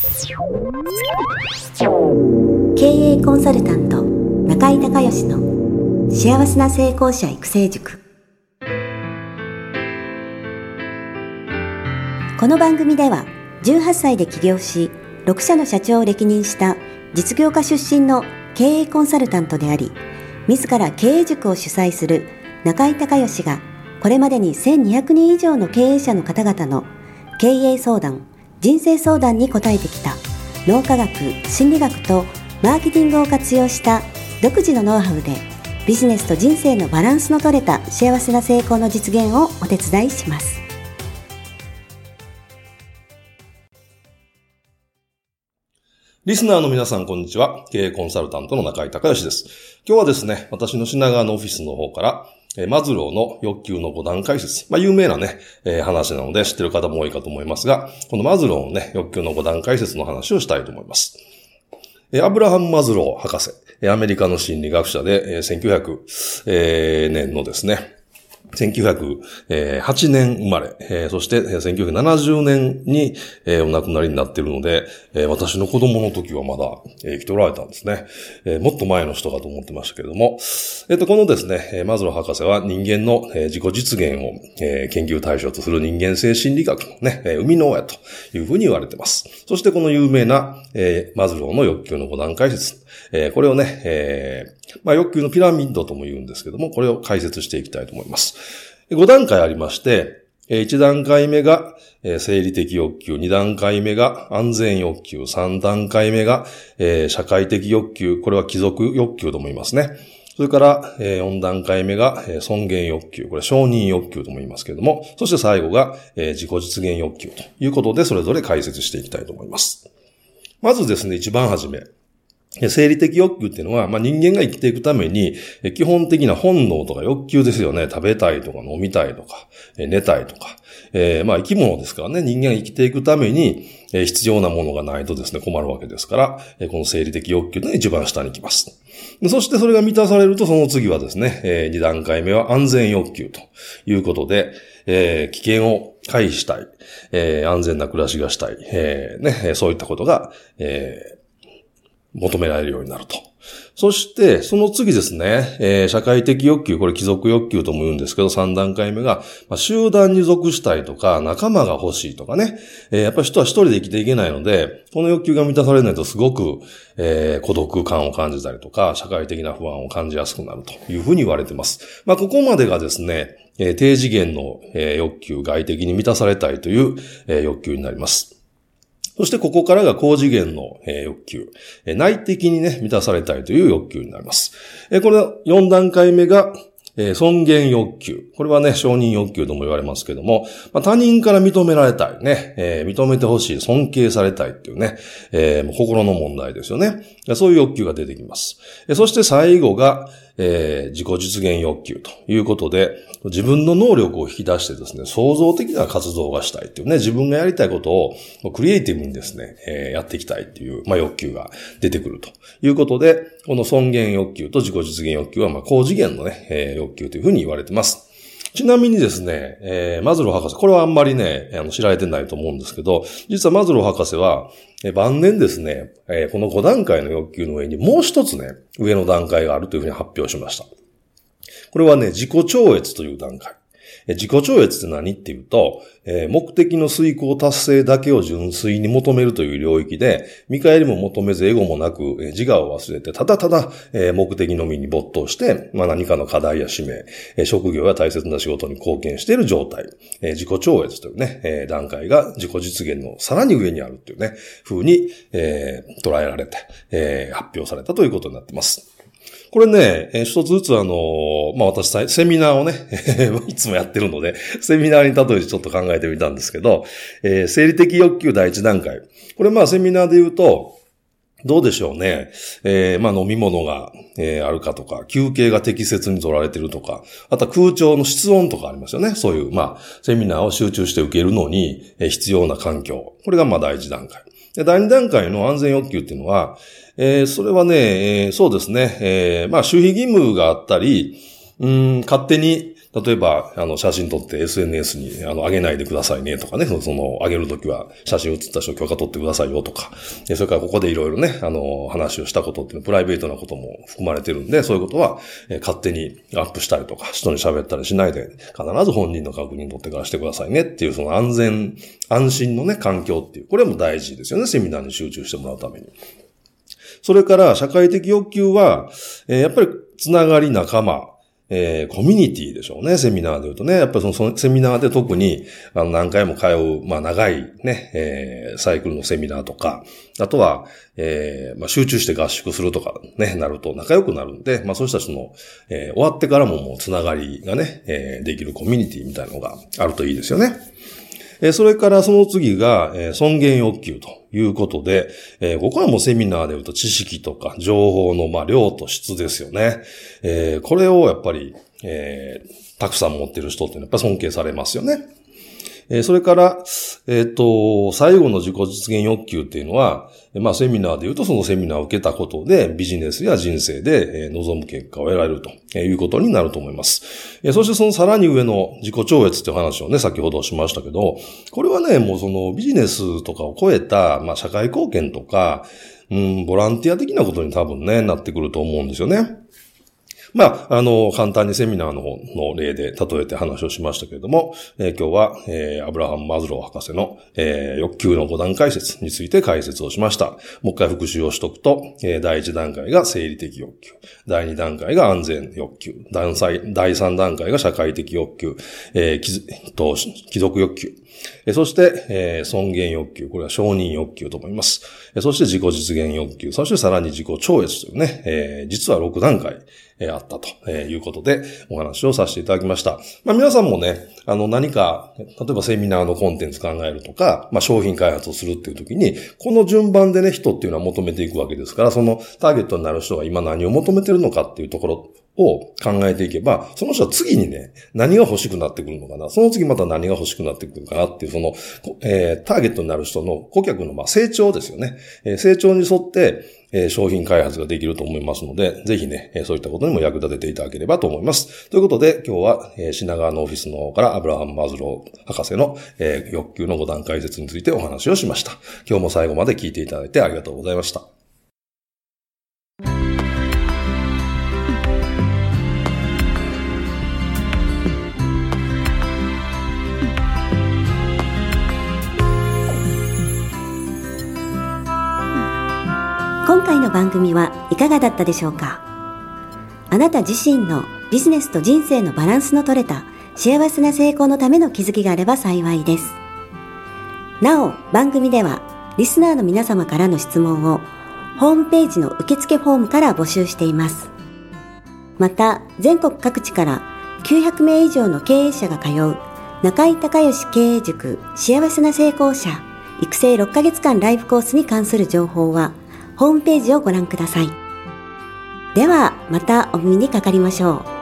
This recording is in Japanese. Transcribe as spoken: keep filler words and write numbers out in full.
経営コンサルタント中井孝義の幸せな成功者育成塾。この番組ではじゅうはっさいで起業しろくしゃの社長を歴任した実業家出身の経営コンサルタントであり、自ら経営塾を主催する中井孝義がこれまでにせんにひゃくにん以上の経営者の方々の経営相談、人生相談に応えてきた脳科学、心理学とマーケティングを活用した独自のノウハウでビジネスと人生のバランスの取れた幸せな成功の実現をお手伝いします。 リスナーの皆さん、こんにちは。経営コンサルタントの中井孝義です。今日はですね、私の品川のオフィスの方から、えー、マズローの欲求のご段階説。まあ、有名なね、えー、話なので知ってる方も多いかと思いますが、このマズローのね、欲求のご段階説の話をしたいと思います。えー、アブラハム・マズロー博士、えー、アメリカの心理学者で、えー、せんきゅうひゃくねんのですね、せんきゅうひゃくはちねん生まれ、えー、そしてせんきゅうひゃくななじゅうねんに、えー、お亡くなりになっているので、えー、私の子供の時はまだ、えー、生きておられたんですね、えー。もっと前の人かと思ってましたけれども、えっと、このですね、マズロー博士は人間の自己実現を、えー、研究対象とする人間性心理学のね、生みの親というふうに言われています。そしてこの有名な、えー、マズローの欲求のご段階説、えー、これをね、えーまあ、欲求のピラミッドとも言うんですけども、これを解説していきたいと思います。ご段階ありまして、いち段階目が生理的欲求、に段階目が安全欲求、さん段階目が社会的欲求、これは帰属欲求とも言いますね。それからよん段階目が尊厳欲求、これ承認欲求とも言いますけれども、そして最後が自己実現欲求ということで、それぞれ解説していきたいと思います。まずですね、一番初め。生理的欲求っていうのは、まあ、人間が生きていくために、基本的な本能とか欲求ですよね。食べたいとか飲みたいとか、寝たいとか。えー、まあ、生き物ですからね。人間が生きていくために、必要なものがないとですね、困るわけですから、この生理的欲求の一番下に来ます。そしてそれが満たされると、その次はですね、に段階目は安全欲求ということで、えー、危険を回避したい、えー、安全な暮らしがしたい、えー、ね、そういったことが、えー求められるようになると。そして、その次ですね、えー、社会的欲求、これ帰属欲求とも言うんですけど、さん段階目が、まあ、集団に属したいとか、仲間が欲しいとかね、えー、やっぱり人は一人で生きていけないので、この欲求が満たされないとすごく、えー、孤独感を感じたりとか、社会的な不安を感じやすくなるというふうに言われています。まあ、ここまでがですね、えー、低次元の、えー、欲求、外的に満たされたいという、えー、欲求になります。そしてここからが高次元の欲求。内的にね、満たされたいという欲求になります。これよん段階目が尊厳欲求。これはね、承認欲求とも言われますけども、まあ、他人から認められたいね、えー、認めてほしい、尊敬されたいっていうね、えー、もう心の問題ですよね。そういう欲求が出てきます。そして最後が、えー、自己実現欲求ということで、自分の能力を引き出してですね、創造的な活動がしたいっていうね、自分がやりたいことをクリエイティブにですね、えー、やっていきたいっていう、まあ、欲求が出てくるということで、この尊厳欲求と自己実現欲求は、まあ、高次元のね、えー、欲求というふうに言われてます。ちなみにですね、えー、マズロー博士、これはあんまりね、あの知られてないと思うんですけど、実はマズロー博士は、えー、晩年ですね、えー、このご段階の欲求の上にもう一つね、上の段階があるというふうに発表しました。これはね、自己超越という段階。自己超越って何っていうと、えー、目的の遂行達成だけを純粋に求めるという領域で、見返りも求めずエゴもなく、えー、自我を忘れて、ただただ、えー、目的のみに没頭して、まあ何かの課題や使命、えー、職業や大切な仕事に貢献している状態、えー、自己超越というね、えー、段階が自己実現のさらに上にあるというね、風に、えー、捉えられて、えー、発表されたということになっています。これね、えー、一つずつあのー、まあ、私、セミナーをね、いつもやってるので、セミナーに例えてちょっと考えてみたんですけど、えー、生理的欲求第一段階。これまあ、セミナーで言うと、どうでしょうね。えー、まあ飲み物が、えー、あるかとか、休憩が適切に取られているとか、あとは空調の室温とかありますよね。そういう、まあ、セミナーを集中して受けるのに、えー、必要な環境。これがまあ第一段階。で、第二段階の安全欲求っていうのは、えー、それはね、えー、そうですね、えー、まあ、守秘義務があったり、うーん、勝手に例えば、あの、写真撮って エスエヌエス に、あの、上げないでくださいねとかね、その、上げるときは写真写った人許可取ってくださいよとか、それからここでいろいろね、あの、話をしたことっていうのはプライベートなことも含まれてるんで、そういうことは、えー、勝手にアップしたりとか、人に喋ったりしないで、必ず本人の確認取ってからしてくださいねっていう、その安全、安心のね、環境っていう、これも大事ですよね、セミナーに集中してもらうために。それから、社会的欲求は、えー、やっぱり、つながり仲間、えー、コミュニティでしょうね、セミナーで言うとね。やっぱりその、そのセミナーで特に、あの、何回も通う、まあ、長いね、えー、サイクルのセミナーとか、あとは、えー、まあ、集中して合宿するとかね、なると仲良くなるんで、まあ、そういう人たちの、えー、終わってからももうつながりがね、えー、できるコミュニティみたいなのがあるといいですよね。それからその次が尊厳欲求ということで、ここはもうセミナーで言うと知識とか情報のまあ量と質ですよね。これをやっぱり、えー、たくさん持っている人ってやっぱり尊敬されますよね。それから、えっと、最後の自己実現欲求っていうのは、まあセミナーで言うとそのセミナーを受けたことでビジネスや人生で望む結果を得られるということになると思います。そしてそのさらに上の自己超越っていう話をね、先ほどしましたけど、これはね、もうそのビジネスとかを超えた、まあ社会貢献とか、うん、ボランティア的なことに多分ね、なってくると思うんですよね。まあ、あの、簡単にセミナーの方の例で例えて話をしましたけれども、えー、今日は、えー、アブラハム・マズロー博士の、えー、欲求のご段階説について解説をしました。もう一回復習をしとくと、えー、第一段階が生理的欲求、第二段階が安全欲求、第三段階が社会的欲求、えー、貴族欲求、そして、えー、尊厳欲求、これは承認欲求と思います。そして自己実現欲求、そしてさらに自己超越というね、えー、実はろく段階、えー、あったということでお話をさせていただきました。まあ皆さんもね、あの何か、例えばセミナーのコンテンツ考えるとか、まあ商品開発をするっていう時に、この順番でね、人っていうのは求めていくわけですから、そのターゲットになる人が今何を求めてるのかっていうところを考えていけば、その人は次にね、何が欲しくなってくるのかな、その次また何が欲しくなってくるかなっていう、その、えー、ターゲットになる人の顧客のまあ成長ですよね。えー、成長に沿って、えー、商品開発ができると思いますので、ぜひね、そういったことにも役立てていただければと思います。ということで、今日は、えー、品川のオフィスの方からアブラハム・マズロー博士の、えー、欲求のご段階説についてお話をしました。今日も最後まで聞いていただいてありがとうございました。 今回の番組はいかがだったでしょうか。あなた自身のビジネスと人生のバランスの取れた幸せな成功のための気づきがあれば幸いです。なお、番組ではリスナーの皆様からの質問をホームページの受付フォームから募集しています。また、全国各地からきゅうひゃくめい以上の経営者が通う中井孝義経営塾幸せな成功者育成ろっかげつかんライブコースに関する情報はホームページをご覧ください。ではまたお耳にかかりましょう。